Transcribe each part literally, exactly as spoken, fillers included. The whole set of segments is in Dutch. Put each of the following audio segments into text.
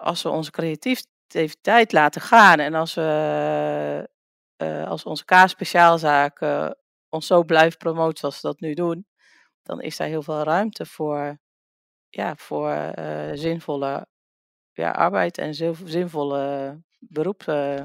als we onze creativiteit laten gaan en als we, uh, als onze kaasspeciaalzaak uh, ons zo blijft promoten zoals we dat nu doen, dan is daar heel veel ruimte voor, ja, voor uh, zinvolle ja, arbeid en zin- zinvolle beroep. Uh.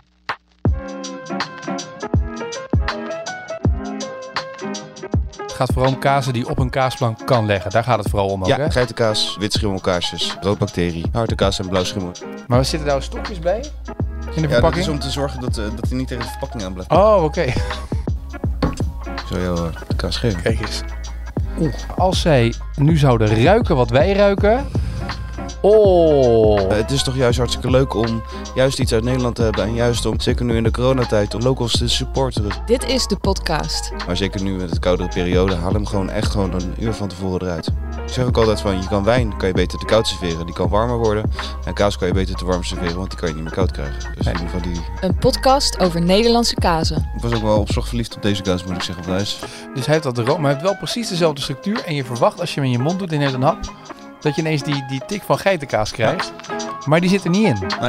Het gaat vooral om kazen die op een kaasplank kan leggen. Daar gaat het vooral om ook, ja, hè? geitenkaas, wit schimmelkaarsjes, roodbacterie, harde kaas en blauw schimmel. Maar zitten daar stokjes bij? In de Ja, verpakking? dat is om te zorgen dat, uh, dat hij niet tegen de verpakking aan blijft. Oh, oké. Okay. Ik zal jou uh, de kaas geven. Kijk eens. Oeh. Als zij nu zouden ruiken wat wij ruiken... Oh. Uh, het is toch juist hartstikke leuk om juist iets uit Nederland te hebben. En juist om, zeker nu in de coronatijd, om locals te supporteren. Dit is de podcast. Maar zeker nu met de koudere periode, haal hem gewoon echt gewoon een uur van tevoren eruit. Ik zeg ook altijd van, je kan wijn, kan je beter te koud serveren. Die kan warmer worden. En kaas kan je beter te warm serveren, want die kan je niet meer koud krijgen. Dus in ieder geval die... Een podcast over Nederlandse kazen. Ik was ook wel opslag verliefd op deze kaas, moet ik zeggen, op huis. Dus hij heeft dat room, maar hij heeft wel precies dezelfde structuur. En je verwacht, als je hem in je mond doet en neemt een hap, dat je ineens die, die tik van geitenkaas krijgt. Maar die zit er niet in. Nee.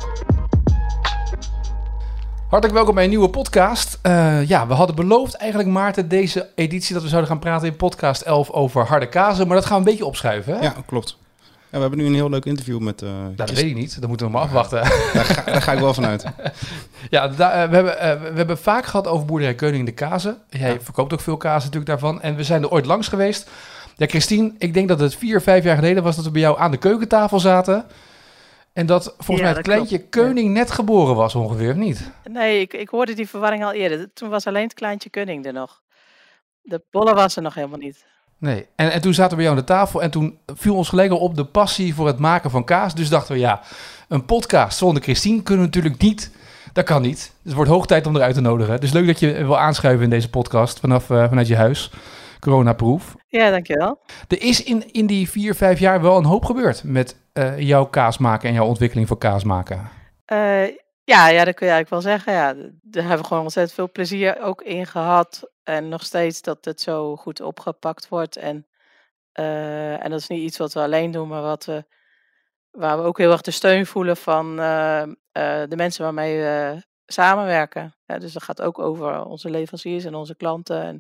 Hartelijk welkom bij een nieuwe podcast. Uh, ja, we hadden beloofd eigenlijk Maarten deze editie dat we zouden gaan praten in podcast elf over harde kazen. Maar dat gaan we een beetje opschuiven, hè? Ja, klopt. Ja, we hebben nu een heel leuk interview met... Uh, nou, dat weet ik niet. Dat moeten we nog maar afwachten. Daar ga, daar ga ik wel vanuit. Ja, da, uh, we, hebben, uh, we hebben vaak gehad over boerderij Keuning de kazen. Jij ja. verkoopt ook veel kazen natuurlijk daarvan. En we zijn er ooit langs geweest. Ja, Christine, ik denk dat het vier, vijf jaar geleden was dat we bij jou aan de keukentafel zaten. En dat volgens ja, mij het kleintje klopt. Keuning net geboren was ongeveer, of niet? Nee, ik, ik hoorde die verwarring al eerder. Toen was alleen het kleintje Keuning er nog. De bollen was er nog helemaal niet. Nee, en, en toen zaten we bij jou aan de tafel en toen viel ons gelijk al op de passie voor het maken van kaas. Dus dachten we, ja, een podcast zonder Christine kunnen we natuurlijk niet. Dat kan niet. Dus het wordt hoog tijd om eruit te nodigen. Dus leuk dat je wil aanschuiven in deze podcast vanaf, uh, vanuit je huis. Coronaproof. Ja, dankjewel. Er is in, in die vier, vijf jaar wel een hoop gebeurd met uh, jouw kaas maken en jouw ontwikkeling voor kaas maken. Uh, ja, ja, dat kun je eigenlijk wel zeggen. Ja, daar hebben we gewoon ontzettend veel plezier ook in gehad. En nog steeds dat het zo goed opgepakt wordt. En, uh, en dat is niet iets wat we alleen doen, maar wat we, waar we ook heel erg de steun voelen van uh, uh, de mensen waarmee we samenwerken. Ja, dus dat gaat ook over onze leveranciers en onze klanten. En,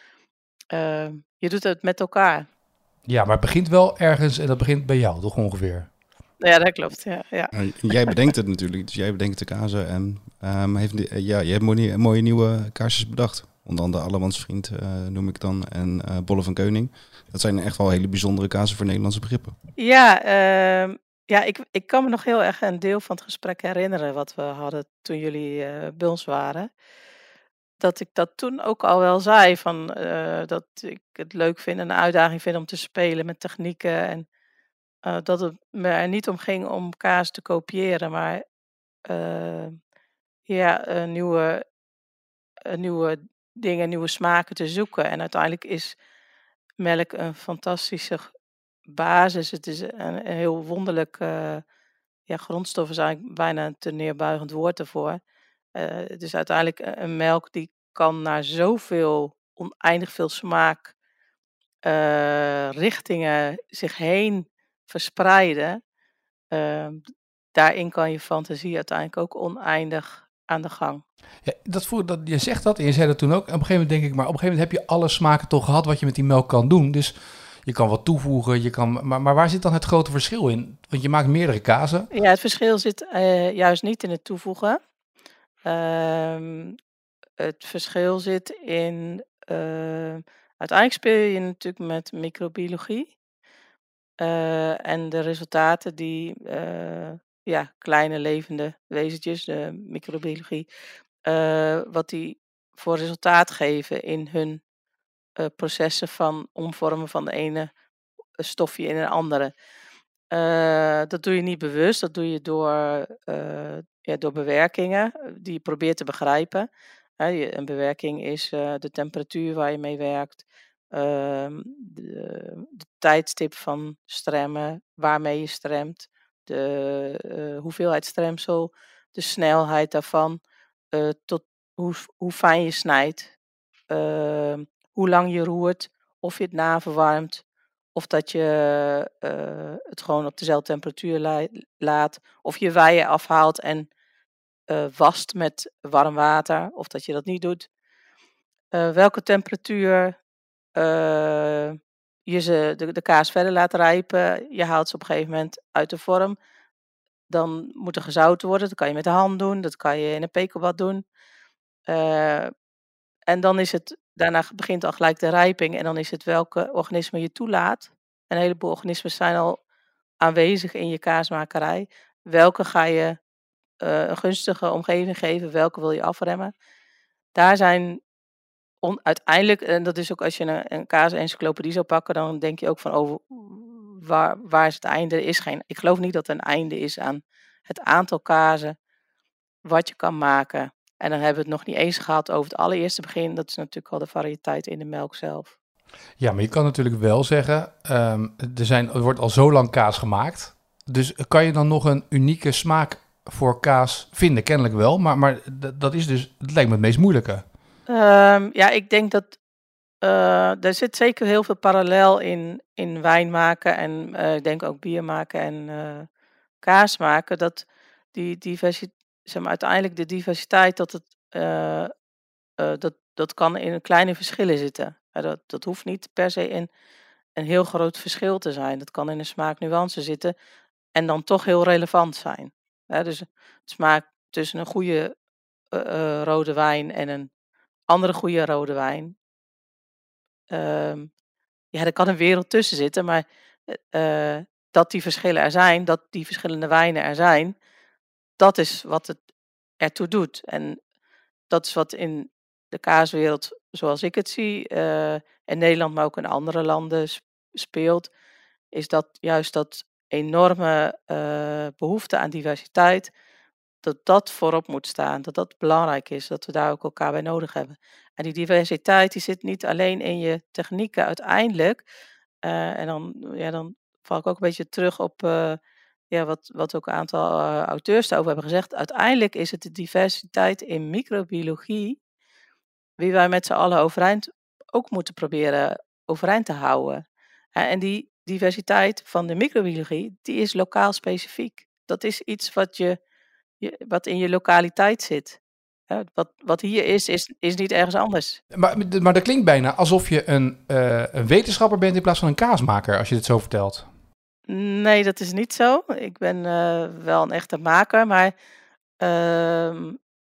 Uh, je doet het met elkaar. Ja, maar het begint wel ergens en dat begint bij jou, toch ongeveer? Ja, dat klopt. Ja, ja. Jij bedenkt het natuurlijk, dus jij bedenkt de kazen en um, heeft, ja, je hebt mooie, mooie nieuwe kaarsjes bedacht. Onder andere Allemansvriend uh, noem ik dan en uh, Bolle van Keuning. Dat zijn echt wel hele bijzondere kazen voor Nederlandse begrippen. Ja, uh, ja ik, ik kan me nog heel erg een deel van het gesprek herinneren wat we hadden toen jullie uh, bij ons waren. Dat ik dat toen ook al wel zei, van, uh, dat ik het leuk vind en een uitdaging vind om te spelen met technieken. En uh, dat het me er niet om ging om kaas te kopiëren, maar uh, ja, uh, nieuwe, uh, nieuwe dingen, nieuwe smaken te zoeken. En uiteindelijk is melk een fantastische basis. Het is een, een heel wonderlijk, uh, ja, grondstof is eigenlijk bijna een te neerbuigend woord ervoor. Uh, het is uiteindelijk een melk die kan naar zoveel, oneindig veel smaak, uh, richtingen zich heen verspreiden. Uh, daarin kan je fantasie uiteindelijk ook oneindig aan de gang. Ja, dat voel, dat, je zegt dat en je zei dat toen ook. En op een gegeven moment denk ik, maar op een gegeven moment heb je alle smaken toch gehad wat je met die melk kan doen. Dus je kan wat toevoegen, je kan, maar, maar waar zit dan het grote verschil in? Want je maakt meerdere kazen. Ja, het verschil zit uh, juist niet in het toevoegen. Uh, het verschil zit in, uh, uiteindelijk speel je natuurlijk met microbiologie. Uh, en de resultaten die, uh, ja, kleine levende wezentjes, de microbiologie, uh, wat die voor resultaat geven in hun uh, processen van omvormen van de ene stofje in een andere. Uh, dat doe je niet bewust, dat doe je door, uh, ja, door bewerkingen die je probeert te begrijpen. Uh, een bewerking is uh, de temperatuur waar je mee werkt, uh, de, de tijdstip van stremmen, waarmee je stremt, de uh, hoeveelheid stremsel, de snelheid daarvan, uh, tot hoe, hoe fijn je snijdt, uh, hoe lang je roert, of je het naverwarmt, Of dat je uh, het gewoon op dezelfde temperatuur la- laat. Of je weien afhaalt en uh, wast met warm water. Of dat je dat niet doet. Uh, welke temperatuur uh, je ze, de, de kaas verder laat rijpen. Je haalt ze op een gegeven moment uit de vorm. Dan moet er gezouten worden. Dat kan je met de hand doen. Dat kan je in een pekelbad doen. Uh, en dan is het, daarna begint al gelijk de rijping. En dan is het welke organismen je toelaat. Een heleboel organismen zijn al aanwezig in je kaasmakerij. Welke ga je uh, een gunstige omgeving geven? Welke wil je afremmen? Daar zijn on, uiteindelijk, en dat is ook als je een, een kaasencyclopedie zou pakken, dan denk je ook van over waar, waar is het einde? Er is geen, ik geloof niet dat er een einde is aan het aantal kazen wat je kan maken. En dan hebben we het nog niet eens gehad over het allereerste begin. Dat is natuurlijk al de variëteit in de melk zelf. Ja, maar je kan natuurlijk wel zeggen, um, er, zijn, er wordt al zo lang kaas gemaakt. Dus kan je dan nog een unieke smaak voor kaas vinden? Kennelijk wel, maar, maar d- dat is dus, dat lijkt me het meest moeilijke. Um, ja, ik denk dat uh, er zit zeker heel veel parallel in, in wijn maken en uh, ik denk ook bier maken en uh, kaas maken. Dat die diversiteit, zeg maar, uiteindelijk de diversiteit, dat het uh, uh, dat, dat kan in kleine verschillen zitten. Uh, dat, dat hoeft niet per se in een heel groot verschil te zijn. Dat kan in een smaaknuance zitten en dan toch heel relevant zijn. Uh, dus het smaak tussen een goede uh, uh, rode wijn en een andere goede rode wijn. Um, ja, er kan een wereld tussen zitten, maar uh, dat die verschillen er zijn, dat die verschillende wijnen er zijn, dat is wat het ertoe doet. En dat is wat in de kaaswereld, zoals ik het zie, uh, in Nederland, maar ook in andere landen speelt, is dat juist dat enorme uh, behoefte aan diversiteit, dat dat voorop moet staan, dat dat belangrijk is, dat we daar ook elkaar bij nodig hebben. En die diversiteit die zit niet alleen in je technieken uiteindelijk. Uh, en dan, ja, dan val ik ook een beetje terug op uh, ja, wat, wat ook een aantal uh, auteurs daarover hebben gezegd. Uiteindelijk is het de diversiteit in microbiologie, wie wij met z'n allen overeind ook moeten proberen overeind te houden. Uh, en die diversiteit van de microbiologie, die is lokaal specifiek. Dat is iets wat je Je, wat in je lokaliteit zit. Hè, wat, wat hier is, is, is niet ergens anders. Maar, maar dat klinkt bijna alsof je een, uh, een wetenschapper bent in plaats van een kaasmaker, als je dit zo vertelt. Nee, dat is niet zo. Ik ben uh, wel een echte maker, maar uh, uh,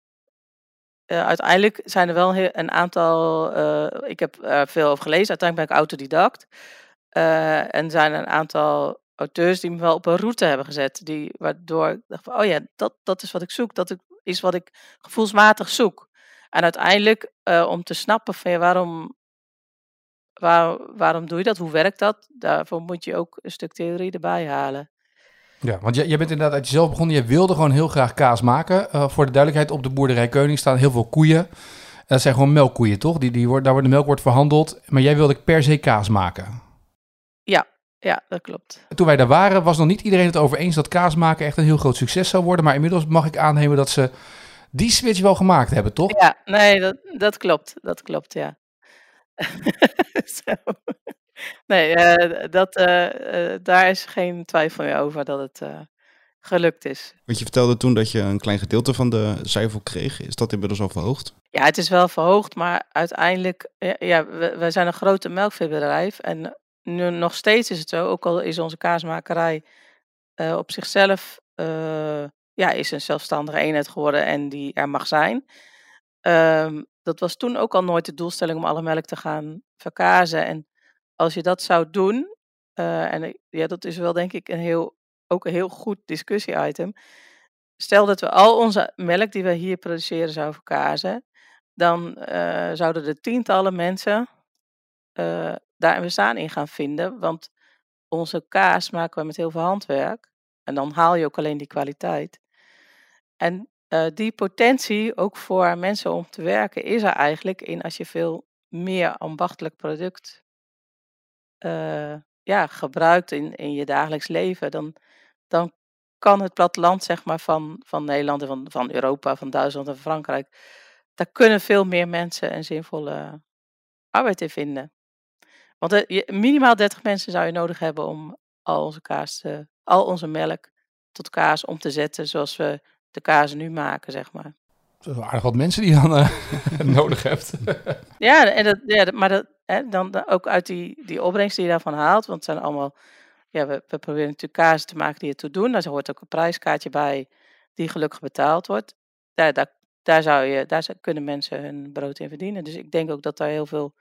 uiteindelijk zijn er wel een aantal... Uh, ik heb er veel over gelezen, uiteindelijk ben ik autodidact. Uh, en zijn er een aantal auteurs die me wel op een route hebben gezet. Die, waardoor ik dacht van, oh ja, dat, dat is wat ik zoek. Dat is wat ik gevoelsmatig zoek. En uiteindelijk, uh, om te snappen van ja, waarom, waar, waarom doe je dat? Hoe werkt dat? Daarvoor moet je ook een stuk theorie erbij halen. Ja, want jij, jij bent inderdaad uit jezelf begonnen. Je wilde gewoon heel graag kaas maken. Uh, voor de duidelijkheid, op de boerderij Keuning staan heel veel koeien. Uh, dat zijn gewoon melkkoeien, toch? Die, die wordt, daar wordt de melk wordt verhandeld. Maar jij wilde per se kaas maken. Ja, ja, dat klopt. Toen wij daar waren, was nog niet iedereen het over eens dat kaas maken echt een heel groot succes zou worden. Maar inmiddels mag ik aannemen dat ze die switch wel gemaakt hebben, toch? Ja, nee, dat, dat klopt. Dat klopt, ja. Zo. Nee, uh, dat, uh, uh, daar is geen twijfel meer over dat het uh, gelukt is. Want je vertelde toen dat je een klein gedeelte van de zuivel kreeg. Is dat inmiddels al verhoogd? Ja, het is wel verhoogd, maar uiteindelijk... Ja, ja we, we zijn een grote melkveebedrijf en nu nog steeds is het zo, ook al is onze kaasmakerij uh, op zichzelf... Uh, ja, is een zelfstandige eenheid geworden en die er mag zijn. Um, dat was toen ook al nooit de doelstelling om alle melk te gaan verkazen. En als je dat zou doen, uh, en ja, dat is wel denk ik een heel, ook een heel goed discussie-item. Stel dat we al onze melk die we hier produceren zouden verkazen, dan uh, zouden er tientallen mensen uh, daar een bestaan in gaan vinden. Want onze kaas maken we met heel veel handwerk. En dan haal je ook alleen die kwaliteit. En uh, die potentie, ook voor mensen om te werken, is er eigenlijk in als je veel meer ambachtelijk product uh, ja, gebruikt in, in je dagelijks leven. Dan, dan kan het platteland zeg maar, van, van Nederland en van, van Europa, van Duitsland en Frankrijk, daar kunnen veel meer mensen een zinvolle arbeid in vinden. Want eh, je, minimaal dertig mensen zou je nodig hebben om al onze kaas, te, al onze melk tot kaas om te zetten zoals we de kaas nu maken, zeg maar. Dat is aardig wat mensen die je dan uh, nodig hebt. Ja, en dat, ja dat, maar dat, hè, dan, dan ook uit die, die opbrengst die je daarvan haalt. Want het zijn allemaal, ja, we, we proberen natuurlijk kaas te maken die ertoe doen. Daar hoort ook een prijskaartje bij die gelukkig betaald wordt. Daar, daar, daar, zou je, daar zou, kunnen mensen hun brood in verdienen. Dus ik denk ook dat daar heel veel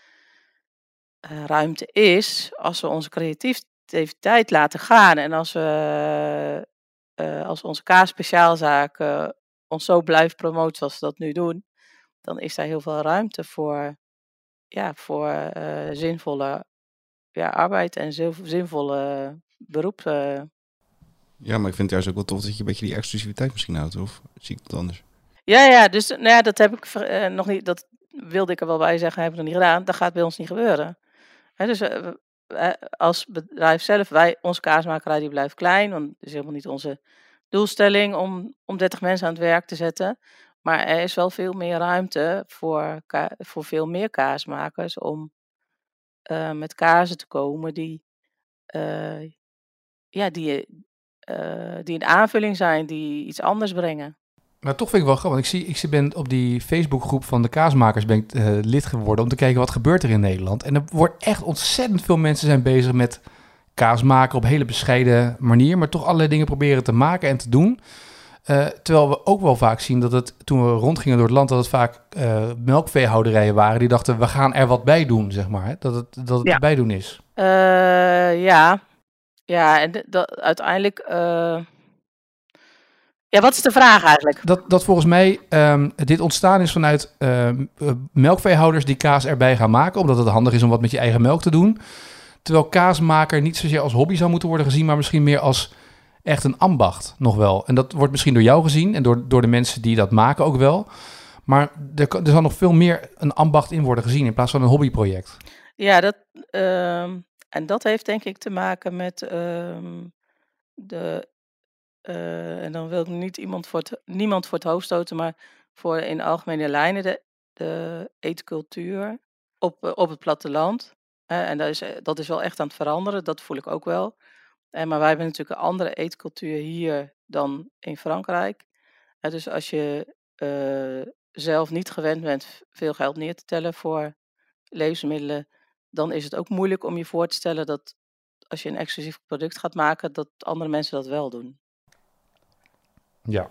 uh, ruimte is als we onze creativiteit laten gaan. En als we, uh, als onze kaasspeciaalzaak uh, ons zo blijft promoten zoals we dat nu doen, dan is daar heel veel ruimte voor, ja, voor uh, zinvolle ja, arbeid en zinvolle beroep. Uh. Ja, maar ik vind het juist ook wel tof dat je een beetje die exclusiviteit misschien houdt, of zie ik het anders? Ja, ja, dus nou ja, dat heb ik uh, nog niet, dat wilde ik er wel bij zeggen, heb ik nog niet gedaan. Dat gaat bij ons niet gebeuren. He, dus uh, uh, als bedrijf zelf, wij, onze kaasmakerij die blijft klein, want het is helemaal niet onze doelstelling om, om dertig mensen aan het werk te zetten. Maar er is wel veel meer ruimte voor, ka- voor veel meer kaasmakers om uh, met kazen te komen die, uh, ja, die, uh, die een aanvulling zijn, die iets anders brengen. Maar toch vind ik wel grappig. Ik, zie, ik ben op die Facebookgroep van de kaasmakers ben ik, uh, lid geworden om te kijken wat gebeurt er in Nederland. En er wordt echt ontzettend veel mensen zijn bezig met kaas maken op een hele bescheiden manier, maar toch allerlei dingen proberen te maken en te doen. Uh, terwijl we ook wel vaak zien dat het, toen we rondgingen door het land, dat het vaak uh, melkveehouderijen waren die dachten, we gaan er wat bij doen, zeg maar. Hè? Dat het, dat het ja. bijdoen is. Uh, ja. Ja, en dat uiteindelijk... Uh... Ja, wat is de vraag eigenlijk? Dat, dat volgens mij um, dit ontstaan is vanuit uh, melkveehouders die kaas erbij gaan maken, omdat het handig is om wat met je eigen melk te doen. Terwijl kaasmaker niet zozeer als hobby zou moeten worden gezien, maar misschien meer als echt een ambacht nog wel. En dat wordt misschien door jou gezien en door, door de mensen die dat maken ook wel. Maar er, er zal nog veel meer een ambacht in worden gezien in plaats van een hobbyproject. Ja, dat, uh, en dat heeft denk ik te maken met uh, de... Uh, en dan wil ik niet iemand voor het, niemand voor het hoofd stoten, maar voor in algemene lijnen de, de eetcultuur op, uh, op het platteland. Uh, en dat is, dat is wel echt aan het veranderen, dat voel ik ook wel. Uh, maar wij hebben natuurlijk een andere eetcultuur hier dan in Frankrijk. Uh, dus als je uh, zelf niet gewend bent veel geld neer te tellen voor levensmiddelen, dan is het ook moeilijk om je voor te stellen dat als je een exclusief product gaat maken, dat andere mensen dat wel doen. Ja.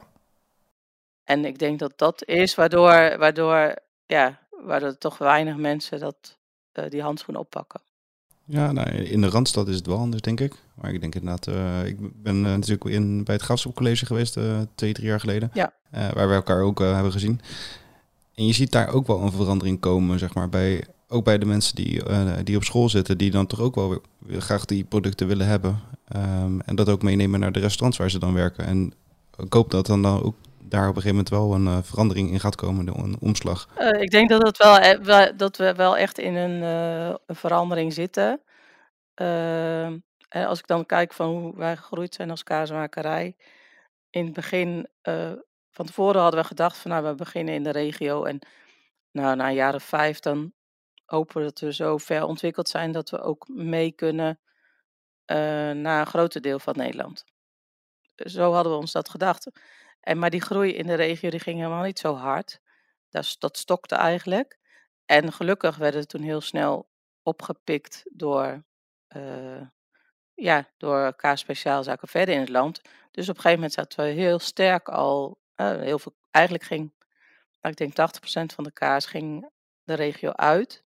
En ik denk dat dat is waardoor, waardoor, ja, waardoor toch weinig mensen dat, uh, die handschoen oppakken. Ja, nou, in de Randstad is het wel anders, denk ik. Maar ik denk inderdaad, uh, ik ben uh, natuurlijk in, bij het Graafschapcollege geweest, uh, twee, drie jaar geleden. Ja. Uh, waar we elkaar ook uh, hebben gezien. En je ziet daar ook wel een verandering komen, zeg maar, bij, ook bij de mensen die, uh, die op school zitten, die dan toch ook wel weer, graag die producten willen hebben. Um, en dat ook meenemen naar de restaurants waar ze dan werken. En ik hoop dat dan, dan ook daar op een gegeven moment wel een uh, verandering in gaat komen, een omslag. Uh, ik denk dat, het wel, wel, dat we wel echt in een, uh, een verandering zitten. Uh, en als ik dan kijk van hoe wij gegroeid zijn als kaasmakerij. In het begin, uh, van tevoren hadden we gedacht van nou, we beginnen in de regio. En nou, na een jaar of vijf dan hopen we dat we zo ver ontwikkeld zijn dat we ook mee kunnen uh, naar een groter deel van Nederland. Zo hadden we ons dat gedacht. En, maar die groei in de regio die ging helemaal niet zo hard. Dat, dat stokte eigenlijk. En gelukkig werden we toen heel snel opgepikt door, uh, ja, door kaasspeciaalzaken verder in het land. Dus op een gegeven moment zaten we heel sterk al, uh, heel veel, eigenlijk ging, nou, ik denk tachtig procent van de kaas ging de regio uit.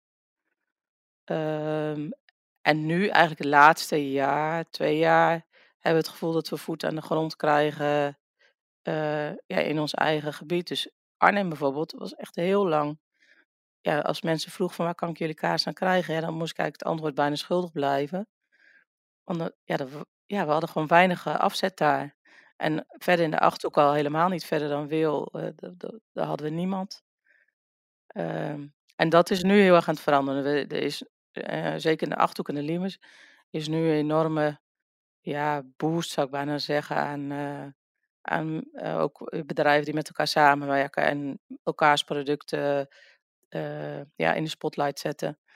Um, en nu eigenlijk het laatste jaar, twee jaar, hebben we het gevoel dat we voet aan de grond krijgen uh, ja, in ons eigen gebied. Dus Arnhem bijvoorbeeld was echt heel lang. Ja, als mensen vroegen van waar kan ik jullie kaas aan krijgen, ja, dan moest ik eigenlijk het antwoord bijna schuldig blijven. Want uh, ja, dat, ja, we hadden gewoon weinig uh, afzet daar. En verder in de Achterhoek al helemaal niet verder dan Wil, uh, daar hadden we niemand. Um, en dat is nu heel erg aan het veranderen. We, er is, uh, zeker in de Achterhoek en de Liemers, is nu een enorme ja, boost, zou ik bijna zeggen, aan, uh, aan uh, ook bedrijven die met elkaar samenwerken en elkaars producten uh, ja, in de spotlight zetten.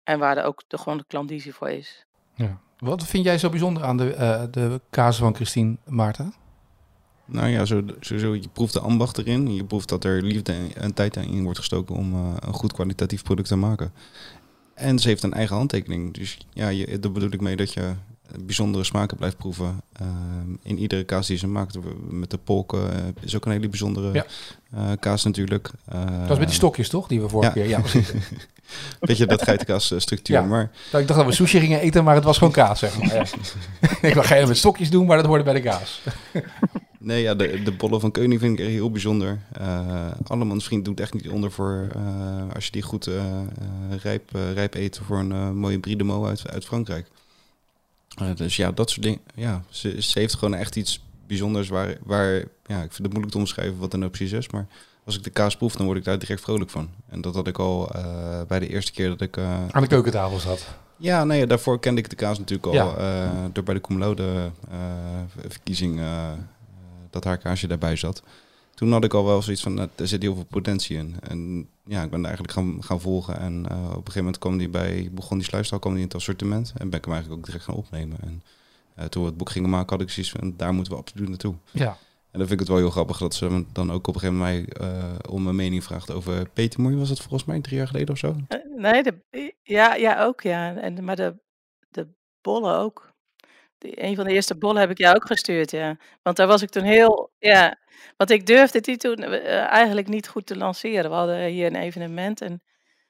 en waar er ook de, gewoon de klandizie voor is. Ja. Wat vind jij zo bijzonder aan de, uh, de kaas van Christine, Maarten? Nou ja, zo, sowieso, je proeft de ambacht erin. Je proeft dat er liefde en tijd in wordt gestoken om uh, een goed kwalitatief product te maken. En ze heeft een eigen handtekening. Dus ja, je, daar bedoel ik mee dat je bijzondere smaken blijft proeven. Uh, in iedere kaas die ze maakt. Met de polk uh, is ook een hele bijzondere ja. uh, kaas natuurlijk. Uh, dat was met die stokjes toch, die we vorige ja. keer... Ja, precies. Beetje dat geitenkaasstructuur. Ja. Maar... Ik dacht dat we sushi gingen eten, maar het was gewoon kaas, zeg maar. Ja. Ik wou geen met stokjes doen, maar dat hoorde bij de kaas. Nee, ja, de, de bollen van Koning vind ik echt heel bijzonder. Uh, Allemans Vriend doet echt niet onder voor... Uh, als je die goed uh, uh, rijp, uh, rijp eet voor een uh, mooie Brie de Meaux uit, uit Frankrijk. Uh, dus ja, dat soort dingen. Ja, ze, ze heeft gewoon echt iets bijzonders waar... waar ja, ik vind het moeilijk te omschrijven wat er nou precies is, maar... Als ik de kaas proef, dan word ik daar direct vrolijk van. En dat had ik al uh, bij de eerste keer dat ik... Uh, aan de keukentafel zat. Ja, nee, daarvoor kende ik de kaas natuurlijk al. Ja. Uh, door bij de cum laude uh, verkiezing uh, uh, dat haar kaasje daarbij zat. Toen had ik al wel zoiets van, uh, er zit heel veel potentie in. En ja, ik ben eigenlijk gaan, gaan volgen. En uh, op een gegeven moment kwam die bij, begon die sluistal, kwam die in het assortiment. En ben ik hem eigenlijk ook direct gaan opnemen. En uh, toen we het boek gingen maken, had ik zoiets van, daar moeten we absoluut naartoe. Ja. En dan vind ik het wel heel grappig dat ze dan ook op een gegeven moment mij uh, om mijn mening vraagt over Petermoei. Was het volgens mij drie jaar geleden of zo? Uh, nee, de, ja, ja, ook ja. En, maar de, de bollen ook. De, een van de eerste bollen heb ik jou ook gestuurd, ja. Want daar was ik toen heel, ja. Want ik durfde die toen uh, eigenlijk niet goed te lanceren. We hadden hier een evenement en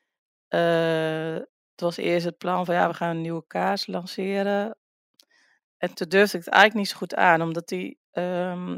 uh, het was eerst het plan van ja, we gaan een nieuwe kaas lanceren. En toen durfde ik het eigenlijk niet zo goed aan, omdat die... Um,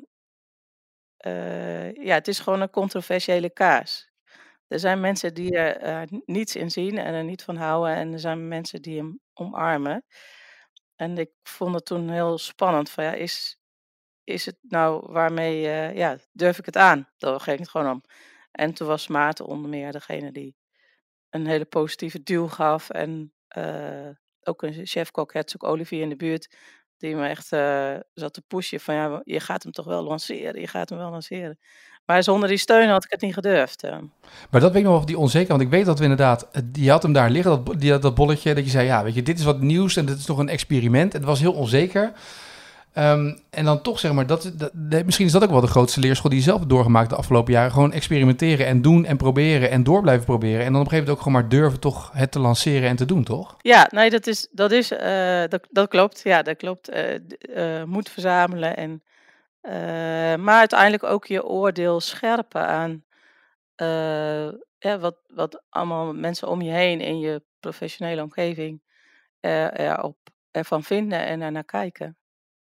Uh, ja, het is gewoon een controversiële kaas. Er zijn mensen die er uh, niets in zien en er niet van houden. En er zijn mensen die hem omarmen. En ik vond het toen heel spannend. Van, ja, is, is het nou waarmee, uh, ja, durf ik het aan? Daar ging het gewoon om. En toen was Maarten onder meer degene die een hele positieve duw gaf. En uh, ook een chefkok, Herzog Olivier in de buurt... die me echt uh, zat te pushen van ja, je gaat hem toch wel lanceren, je gaat hem wel lanceren. Maar zonder die steun had ik het niet gedurfd. Uh. Maar dat weet ik nog wel, die onzeker, want ik weet dat we inderdaad, je had hem daar liggen, dat, die, dat bolletje, dat je zei, ja, weet je, dit is wat nieuws en dit is nog een experiment. En het was heel onzeker. Um, en dan toch zeg maar, dat, dat, misschien is dat ook wel de grootste leerschool die je zelf hebt doorgemaakt de afgelopen jaren. Gewoon experimenteren en doen en proberen en door blijven proberen. En dan op een gegeven moment ook gewoon maar durven toch het te lanceren en te doen, toch? Ja, nee, dat is, dat is, uh, dat, dat klopt. Ja, dat klopt. Uh, uh, moed verzamelen en, uh, maar uiteindelijk ook je oordeel scherpen aan uh, ja, wat, wat allemaal mensen om je heen in je professionele omgeving uh, erop, ervan vinden en er naar kijken.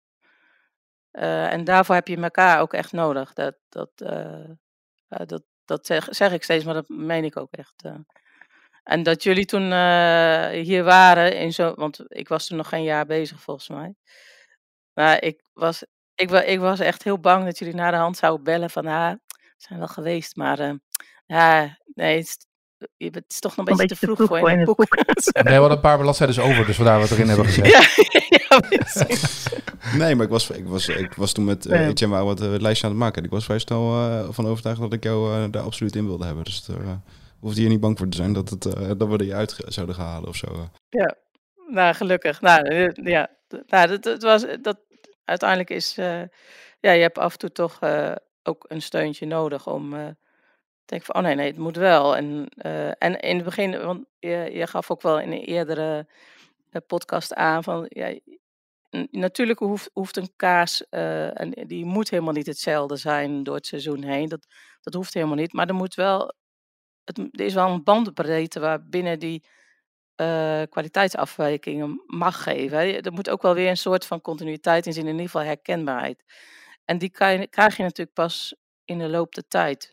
Uh, en daarvoor heb je elkaar ook echt nodig. Dat, dat, uh, uh, dat, dat zeg, zeg ik steeds, maar dat meen ik ook echt. Uh. En dat jullie toen uh, hier waren, in zo, want ik was toen nog geen jaar bezig volgens mij. Maar ik was, ik, ik was echt heel bang dat jullie naar de hand zouden bellen van, ah, we zijn wel geweest, maar uh, ja, nee, het is, het is toch nog een, een beetje, beetje te vroeg, vroeg voor in het boek. boek. Nee, we hadden een paar bladzijden over, dus vandaar wat we erin hebben gezet. Ja, ja, precies. Nee, maar ik was, ik was, ik was toen met uh, Etienne wat uh, het lijstje aan het maken. En ik was vrij snel uh, van overtuigd dat ik jou uh, daar absoluut in wilde hebben. Dus er uh, hoefde je niet bang voor te zijn dat, het, uh, dat we er je uit zouden gaan halen of zo. Ja, nou gelukkig. Nou, ja, nou dat, dat was, dat, uiteindelijk is, uh, ja, je hebt af en toe toch uh, ook een steuntje nodig om uh, te denken van, oh nee, nee, het moet wel. En, uh, en in het begin, want je, je gaf ook wel in een eerdere uh, podcast aan van, ja, natuurlijk hoeft, hoeft een kaas, uh, en die moet helemaal niet hetzelfde zijn door het seizoen heen. Dat, dat hoeft helemaal niet. Maar er moet wel, het, er is wel een bandbreedte waarbinnen die uh, kwaliteitsafwijkingen mag geven. Hè. Er moet ook wel weer een soort van continuïteit in zitten, in ieder geval herkenbaarheid. En die kan je, krijg je natuurlijk pas in de loop der tijd.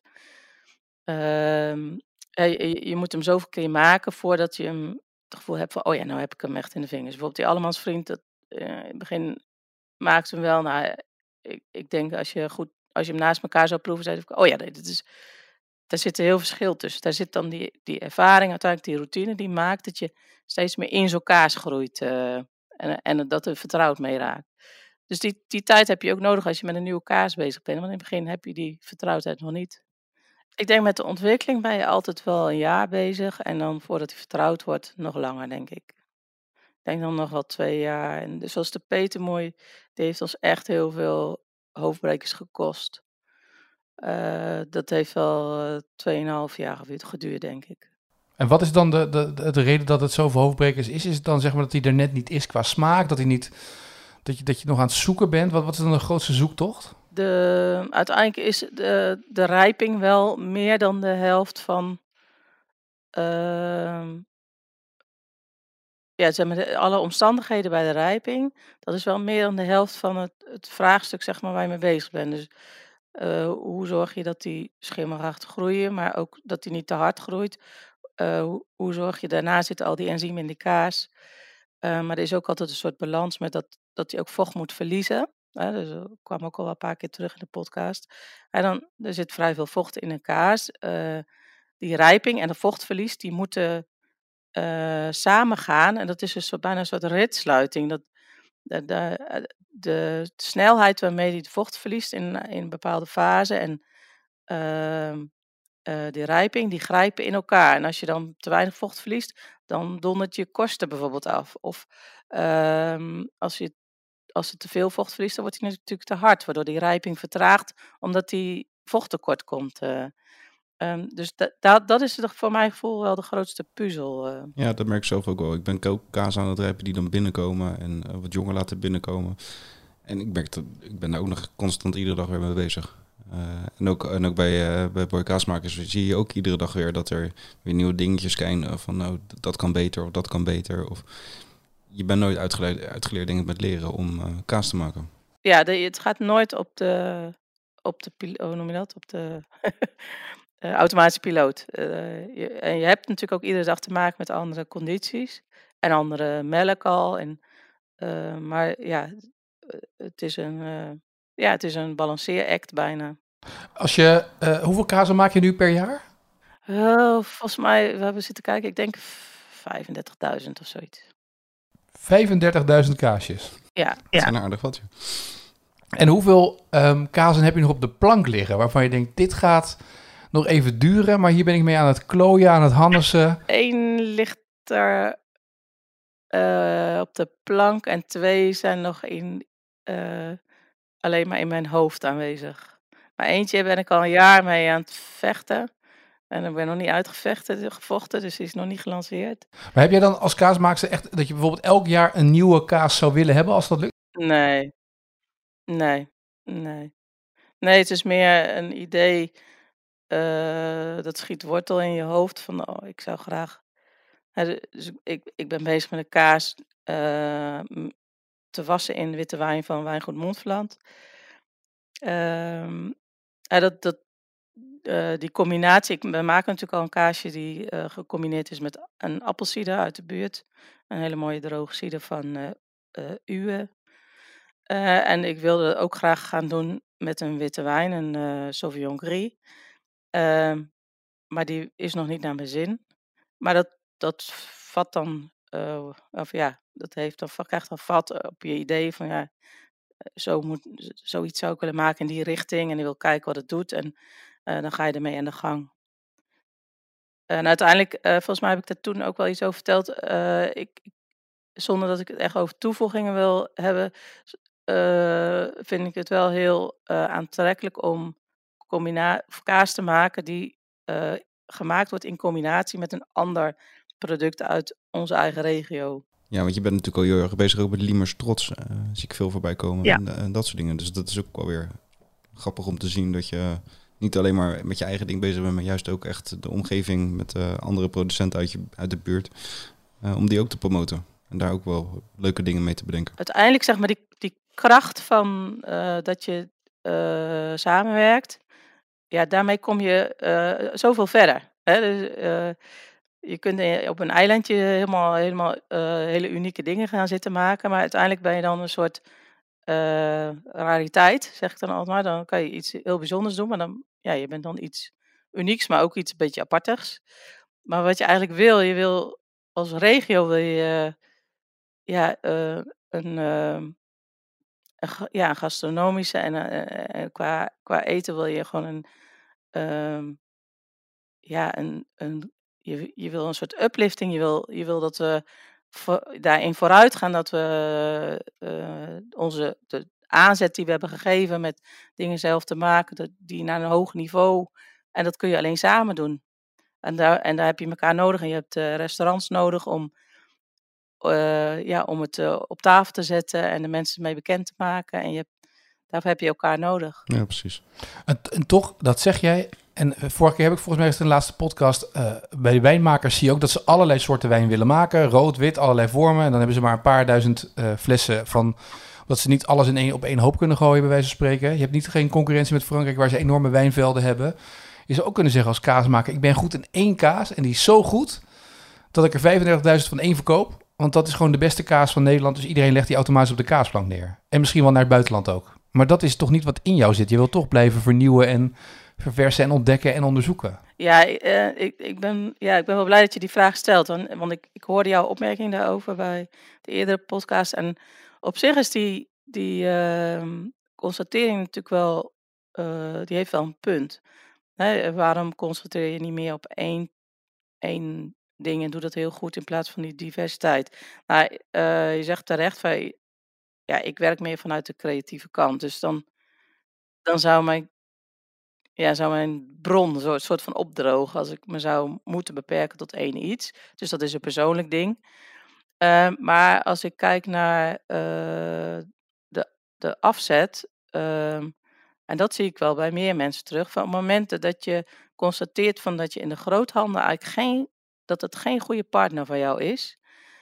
Uh, je, je moet hem zoveel keer maken voordat je hem het gevoel hebt van, oh ja, nou heb ik hem echt in de vingers. Bijvoorbeeld die Allemans Vriend, dat Uh, in het begin maakte hem wel. Nou, ik, ik denk als je goed, als je hem naast elkaar zou proeven, zei ik, oh ja, dit is, daar zit een heel verschil tussen. Daar zit dan die, die ervaring, uiteindelijk die routine, die maakt dat je steeds meer in zo'n kaas groeit uh, en, en dat er vertrouwd mee raakt. Dus die, die tijd heb je ook nodig als je met een nieuwe kaas bezig bent, want in het begin heb je die vertrouwdheid nog niet. Ik denk met de ontwikkeling ben je altijd wel een jaar bezig en dan voordat hij vertrouwd wordt nog langer, denk ik. Ik denk dan nog wel twee jaar en dus zoals de petermoei, die heeft ons echt heel veel hoofdbrekers gekost. Uh, dat heeft wel uh, twee en een half jaar geduurd, geduurd, denk ik. En wat is dan de, de, de, de reden dat het zoveel hoofdbrekers is? Is het dan zeg maar dat hij er net niet is qua smaak? Dat, hij niet, dat, je, dat je nog aan het zoeken bent? Wat, wat is dan de grootste zoektocht? De, uiteindelijk is de, de rijping wel meer dan de helft van... Uh, ja, zeg maar, de, alle omstandigheden bij de rijping, dat is wel meer dan de helft van het, het vraagstuk zeg maar, waar je mee bezig bent. Dus uh, hoe zorg je dat die schimmel gaat groeien, maar ook dat die niet te hard groeit? Uh, hoe, hoe zorg je, daarna zitten al die enzymen in die kaas. Uh, maar er is ook altijd een soort balans met dat, dat die ook vocht moet verliezen. Uh, dus dat kwam ook al een paar keer terug in de podcast. En dan, er zit vrij veel vocht in een kaas. Uh, die rijping en de vochtverlies, die moeten uh, samengaan. En dat is een soort, bijna een soort ritsluiting. Dat, de, de, de snelheid waarmee die de vocht verliest in, in een bepaalde fase en uh, uh, die rijping, die grijpen in elkaar. En als je dan te weinig vocht verliest, dan dondert je korsten bijvoorbeeld af. Of uh, als, je, als je te veel vocht verliest, dan wordt hij natuurlijk te hard, waardoor die rijping vertraagt, omdat die vochttekort komt. Uh. Um, dus da, da, dat is toch voor mijn gevoel wel de grootste puzzel. Uh. Ja, dat merk ik zelf ook wel. Ik ben ook kaas aan het rijpen die dan binnenkomen en uh, wat jonger laten binnenkomen. En ik merk dat ik ben daar ook nog constant iedere dag weer mee bezig. Uh, en, ook, en ook bij, uh, bij Boy Kaasmakers zie je ook iedere dag weer dat er weer nieuwe dingetjes zijn. Van nou, dat kan beter of dat kan beter. Of je bent nooit uitgeleerd, uitgeleerd denk ik, met leren om uh, kaas te maken. Ja, de, het gaat nooit op de, op de, hoe noem je dat? Op de uh, automatische piloot. Uh, je, en je hebt natuurlijk ook iedere dag te maken met andere condities en andere melk al. En, uh, maar ja, het is een, uh, ja, het is een balanceeract bijna. Als je, uh, hoeveel kazen maak je nu per jaar? Uh, volgens mij, we hebben zitten kijken, ik denk vijfendertigduizend of zoiets. vijfendertigduizend kaasjes? Ja. Dat ja. zijn aardig wat, ja. En hoeveel um, kazen heb je nog op de plank liggen, waarvan je denkt, dit gaat nog even duren, maar hier ben ik mee aan het klooien, aan het hannissen? Eén ligt er uh, op de plank en twee zijn nog in, uh, alleen maar in mijn hoofd aanwezig. Maar eentje ben ik al een jaar mee aan het vechten. En ik ben nog niet uitgevechten, gevochten, dus die is nog niet gelanceerd. Maar heb jij dan als kaasmaakster echt dat je bijvoorbeeld elk jaar een nieuwe kaas zou willen hebben als dat lukt? Nee, nee, nee. Nee, het is meer een idee, uh, dat schiet wortel in je hoofd van, oh, ik zou graag... Dus ik, ik ben bezig met een kaas uh, te wassen in witte wijn van Wijngoed Montferland. Um, uh, dat, dat, uh, die combinatie, we maken natuurlijk al een kaasje die uh, gecombineerd is met een appelsieder uit de buurt. Een hele mooie droge cider van uh, uh, Uwe. Uh, en ik wilde ook graag gaan doen met een witte wijn, een uh, Sauvignon Gris. Uh, maar die is nog niet naar mijn zin. Maar dat, dat vat dan, uh, of ja, dat heeft dan, krijgt dan vat op je idee van ja, zo moet, zoiets zou ik willen maken in die richting. En je wil kijken wat het doet en uh, dan ga je ermee aan de gang. En uiteindelijk, uh, volgens mij heb ik daar toen ook wel iets over verteld. Uh, ik, zonder dat ik het echt over toevoegingen wil hebben, uh, vind ik het wel heel uh, aantrekkelijk om combina- of kaas te maken die uh, gemaakt wordt in combinatie met een ander product uit onze eigen regio. Ja, want je bent natuurlijk al heel erg bezig ook met Liemers Trots. Uh, zie ik veel voorbij komen Ja. en, en dat soort dingen. Dus dat is ook wel weer grappig om te zien dat je niet alleen maar met je eigen ding bezig bent, maar juist ook echt de omgeving met uh, andere producenten uit, je, uit de buurt. Uh, om die ook te promoten. En daar ook wel leuke dingen mee te bedenken. Uiteindelijk zeg maar die, die kracht van uh, dat je uh, samenwerkt. Ja, daarmee kom je uh, zoveel verder. Hè? Dus, uh, je kunt op een eilandje helemaal, helemaal uh, hele unieke dingen gaan zitten maken. Maar uiteindelijk ben je dan een soort uh, rariteit, zeg ik dan altijd maar. Dan kan je iets heel bijzonders doen. Maar dan, ja, je bent dan iets unieks, maar ook iets een beetje apartigs. Maar wat je eigenlijk wil, je wil als regio wil je uh, ja, uh, een, uh, een, ja, een gastronomische en uh, uh, qua, qua eten wil je gewoon een... Uh, ja, een, een, je, je wil een soort uplifting. Je wil, je wil dat we voor, daarin vooruit gaan. Dat we uh, onze de aanzet die we hebben gegeven met dingen zelf te maken, dat, die naar een hoog niveau. En dat kun je alleen samen doen. En daar, en daar heb je elkaar nodig. En je hebt uh, restaurants nodig om, uh, ja, om het uh, op tafel te zetten en de mensen mee bekend te maken. En je hebt, daarvoor heb je elkaar nodig. Ja, precies. En, en toch, dat zeg jij. En uh, vorige keer heb ik volgens mij in de laatste podcast uh, bij de wijnmakers zie je ook dat ze allerlei soorten wijn willen maken. Rood, wit, allerlei vormen. En dan hebben ze maar een paar duizend uh, flessen van, omdat ze niet alles in één, op één hoop kunnen gooien, bij wijze van spreken. Je hebt niet geen concurrentie met Frankrijk, waar ze enorme wijnvelden hebben. Je zou ook kunnen zeggen als kaasmaker, ik ben goed in één kaas en die is zo goed dat ik er vijfendertigduizend van één verkoop. Want dat is gewoon de beste kaas van Nederland. Dus iedereen legt die automatisch op de kaasplank neer. En misschien wel naar het buitenland ook. Maar dat is toch niet wat in jou zit. Je wil toch blijven vernieuwen en verversen en ontdekken en onderzoeken. Ja, uh, ik, ik, ben, ja, ik ben wel blij dat je die vraag stelt. Want, want ik, ik hoorde jouw opmerking daarover bij de eerdere podcast. En op zich is die, die uh, constatering natuurlijk wel, uh, die heeft wel een punt. Hè, waarom concentreer je niet meer op één, één ding en doe dat heel goed in plaats van die diversiteit? Nou, uh, je zegt terecht, van, ja, ik werk meer vanuit de creatieve kant. Dus dan, dan zou mijn Ja, zou mijn bron zo een soort van opdrogen als ik me zou moeten beperken tot één iets. Dus dat is een persoonlijk ding. Uh, maar als ik kijk naar uh, de, de afzet, uh, en dat zie ik wel bij meer mensen terug, van momenten dat je constateert van dat je in de groothandel eigenlijk geen, dat het geen goede partner van jou is.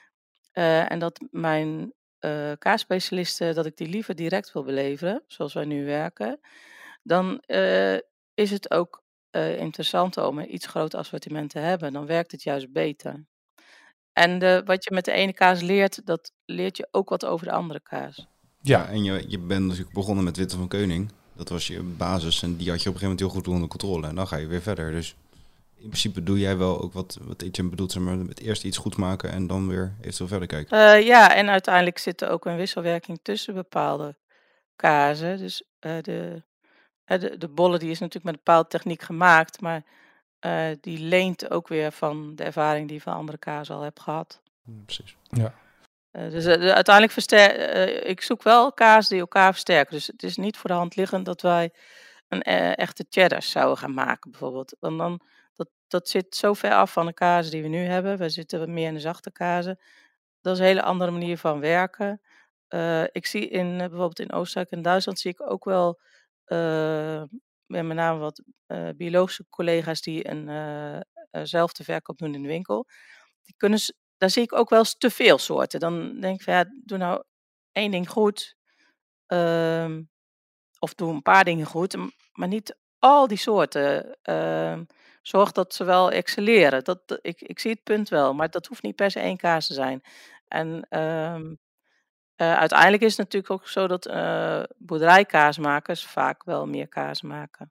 Uh, en dat mijn uh, kaasspecialisten, dat ik die liever direct wil beleveren, zoals wij nu werken, dan uh, is het ook uh, interessanter om een iets groter assortiment te hebben. Dan werkt het juist beter. En de, wat je met de ene kaas leert, dat leert je ook wat over de andere kaas. Ja, ja en je, je bent natuurlijk begonnen met Witte van Keuning. Dat was je basis en die had je op een gegeven moment heel goed onder controle. En dan ga je weer verder. Dus in principe doe jij wel ook wat, wat Etienne bedoelt, zeg maar, met eerst iets goed maken en dan weer eventueel verder kijken. Uh, ja, en uiteindelijk zit er ook een wisselwerking tussen bepaalde kazen. Dus uh, de, uh, de, de bolle die is natuurlijk met een bepaalde techniek gemaakt, maar uh, die leent ook weer van de ervaring die je van andere kazen al hebt gehad. Ja, precies. Ja. Uh, dus uh, uiteindelijk verster- uh, ik zoek wel kaas die elkaar versterken. Dus het is niet voor de hand liggend dat wij een uh, echte cheddar zouden gaan maken bijvoorbeeld. Want dan, dat, dat zit zo ver af van de kazen die we nu hebben. We zitten meer in de zachte kazen. Dat is een hele andere manier van werken. Uh, ik zie in, uh, bijvoorbeeld in Oostenrijk en Duitsland zie ik ook wel uh, met name wat uh, biologische collega's die een uh, zelfde verkoop doen in de winkel. Die kunnen, daar zie ik ook wel eens te veel soorten. Dan denk ik van ja, doe nou één ding goed. Uh, of doe een paar dingen goed, maar niet al die soorten. Uh, zorg dat ze wel excelleren. Dat, dat, ik, ik zie het punt wel, maar dat hoeft niet per se één kaas te zijn. En uh, uh, uiteindelijk is het natuurlijk ook zo dat uh, boerderijkaasmakers vaak wel meer kaas maken.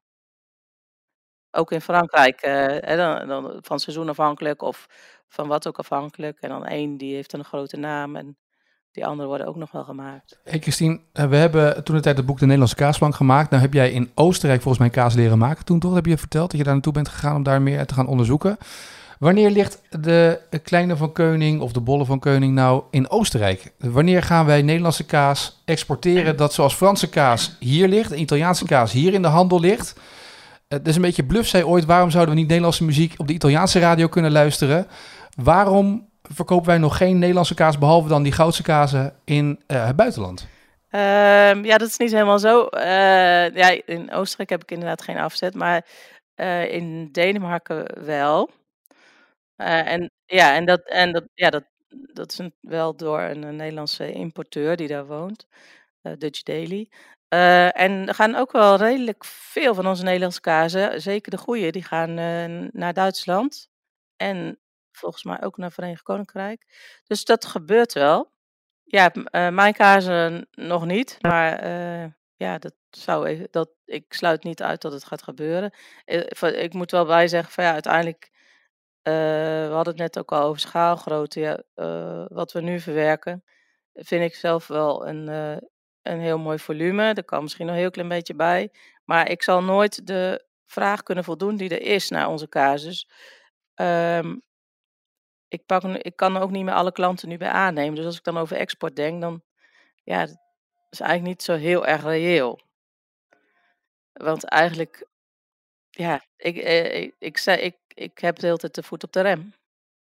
Ook in Frankrijk, uh, dan, dan, van seizoen afhankelijk of van wat ook afhankelijk. En dan één die heeft een grote naam en die andere worden ook nog wel gemaakt. Hey Christine, uh, we hebben toen de tijd het boek De Nederlandse Kaasplank gemaakt. Nou heb jij in Oostenrijk volgens mij kaas leren maken toen toch? Heb je verteld dat je daar naartoe bent gegaan om daar meer te gaan onderzoeken. Wanneer ligt de Kleine van Keuning of de Bolle van Keuning nou in Oostenrijk? Wanneer gaan wij Nederlandse kaas exporteren dat zoals Franse kaas hier ligt, en Italiaanse kaas hier in de handel ligt? Het is een beetje bluff, zei ooit, waarom zouden we niet Nederlandse muziek op de Italiaanse radio kunnen luisteren? Waarom verkopen wij nog geen Nederlandse kaas, behalve dan die Goudse kazen in uh, het buitenland? Uh, ja, dat is niet helemaal zo. Uh, ja, in Oostenrijk heb ik inderdaad geen afzet, maar uh, in Denemarken wel. Uh, en ja, en, dat, en dat, ja, dat, dat is een, wel door een, een Nederlandse importeur die daar woont, uh, Dutch Daily. Uh, en er gaan ook wel redelijk veel van onze Nederlandse kazen, zeker de goeie, die gaan uh, naar Duitsland. En volgens mij ook naar Verenigd Koninkrijk. Dus dat gebeurt wel. Ja, uh, mijn kazen nog niet, maar uh, ja, dat zou even, dat, ik sluit niet uit dat het gaat gebeuren. Uh, ik moet wel bij zeggen, van ja, uiteindelijk, uh, we hadden het net ook al over schaalgrootte. Ja, uh, wat we nu verwerken, vind ik zelf wel een, uh, een heel mooi volume. Er kan misschien nog een heel klein beetje bij. Maar ik zal nooit de vraag kunnen voldoen die er is naar onze kaas. Dus um, ik, pak, ik kan ook niet meer alle klanten nu bij aannemen. Dus als ik dan over export denk, dan ja, dat is eigenlijk niet zo heel erg reëel. Want eigenlijk, ja, ik, eh, ik, ik, zei, ik, ik heb de hele tijd de voet op de rem.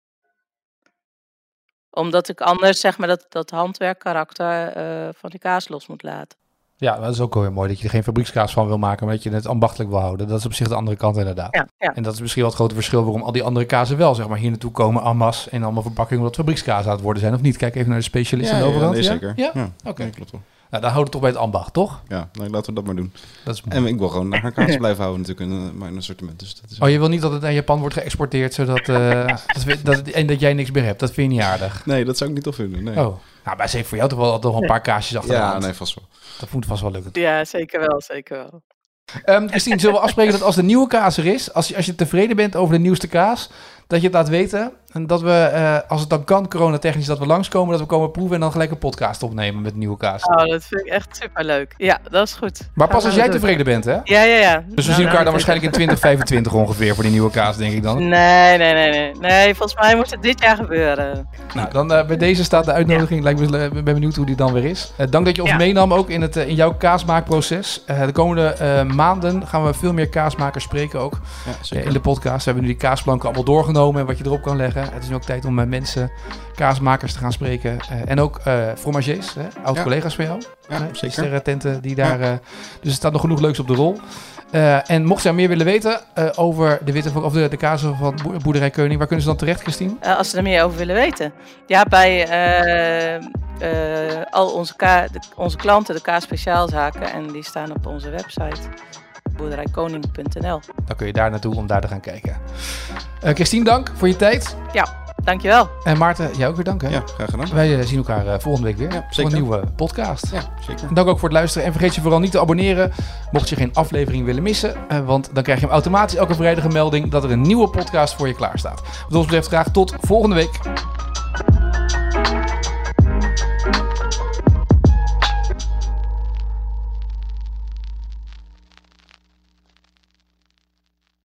Omdat ik anders zeg maar dat, dat handwerkkarakter uh, van die kaas los moet laten. Ja, dat is ook wel heel mooi dat je er geen fabriekskaas van wil maken, maar dat je het ambachtelijk wil houden. Dat is op zich de andere kant inderdaad. Ja, ja. En dat is misschien wel het grote verschil waarom al die andere kazen wel zeg maar hier naartoe komen en masse en allemaal verpakkingen omdat fabriekskaas aan het worden zijn of niet. Kijk even naar de specialisten ja, aan de overkant. Ja, nee, ja? zeker. Ja? Ja, Oké. okay. Nee, klopt wel. Nou, dan houdt het toch bij het ambacht, toch? Ja, nee, laten we dat maar doen. Dat is mooi. En ik wil gewoon naar haar kaas blijven houden natuurlijk, in, maar in een assortiment. Dus dat is oh, je wil niet dat het naar Japan wordt geëxporteerd, zodat uh, dat, we, dat, en dat jij niks meer hebt. Dat vind je niet aardig. Nee, dat zou ik niet tof vinden. Nee. Oh, nou, maar ze heeft voor jou toch wel, toch wel een paar kaasjes achteraan. Ja, nee, vast wel. Dat moet vast wel lukken. Ja, zeker wel, zeker wel. Um, Christine, zullen we afspreken dat als de nieuwe kaas er is, als je, als je tevreden bent over de nieuwste kaas, dat je het laat weten en dat we, uh, als het dan kan, coronatechnisch, dat we langskomen, dat we komen proeven en dan gelijk een podcast opnemen met nieuwe kaas. Oh, dat vind ik echt superleuk. Ja, dat is goed. Maar pas ja, als jij tevreden bent, hè? Ja, ja, ja. Dus we zien elkaar dan waarschijnlijk in twintig vijfentwintig ongeveer voor die nieuwe kaas, denk ik dan. Nee, nee, nee, nee. Nee, volgens mij moet het dit jaar gebeuren. Nou, dan uh, bij deze staat de uitnodiging. Ja. Lijkt me, ik ben benieuwd hoe die dan weer is. Uh, dank dat je ons ja. meenam ook in, het, uh, in jouw kaasmaakproces. Uh, de komende uh, maanden gaan we veel meer kaasmakers spreken ook Ja, uh, in de podcast. We hebben nu die kaasplanken allemaal doorgenomen en wat je erop kan leggen. Het is nu ook tijd om uh, mensen, kaasmakers te gaan spreken. Uh, en ook uh, fromagers, hè? oud-collega's van jou. Ja, uh, zeker. Sterrententen die daar... Uh, dus er staat nog genoeg leuks op de rol. Uh, en mocht zij meer willen weten uh, over de, witte, of de, de kazen van Boerderij Keuning, waar kunnen ze dan terecht, Christine? Uh, als ze er meer over willen weten. Ja, bij uh, uh, al onze, ka- de, onze klanten, de kaasspeciaalzaken, en die staan op onze website boerderijkoning punt n l. Dan kun je daar naartoe om daar te gaan kijken. Uh, Christine, dank voor je tijd. Ja, dankjewel. En Maarten, jij ook weer dank. Hè? Ja, graag gedaan. Wij uh, zien elkaar uh, volgende week weer ja, voor een nieuwe podcast. Ja, zeker. En dank ook voor het luisteren. En vergeet je vooral niet te abonneren, mocht je geen aflevering willen missen. Uh, want dan krijg je hem automatisch elke vrijdag een melding dat er een nieuwe podcast voor je klaar staat. Wat ons betreft graag tot volgende week.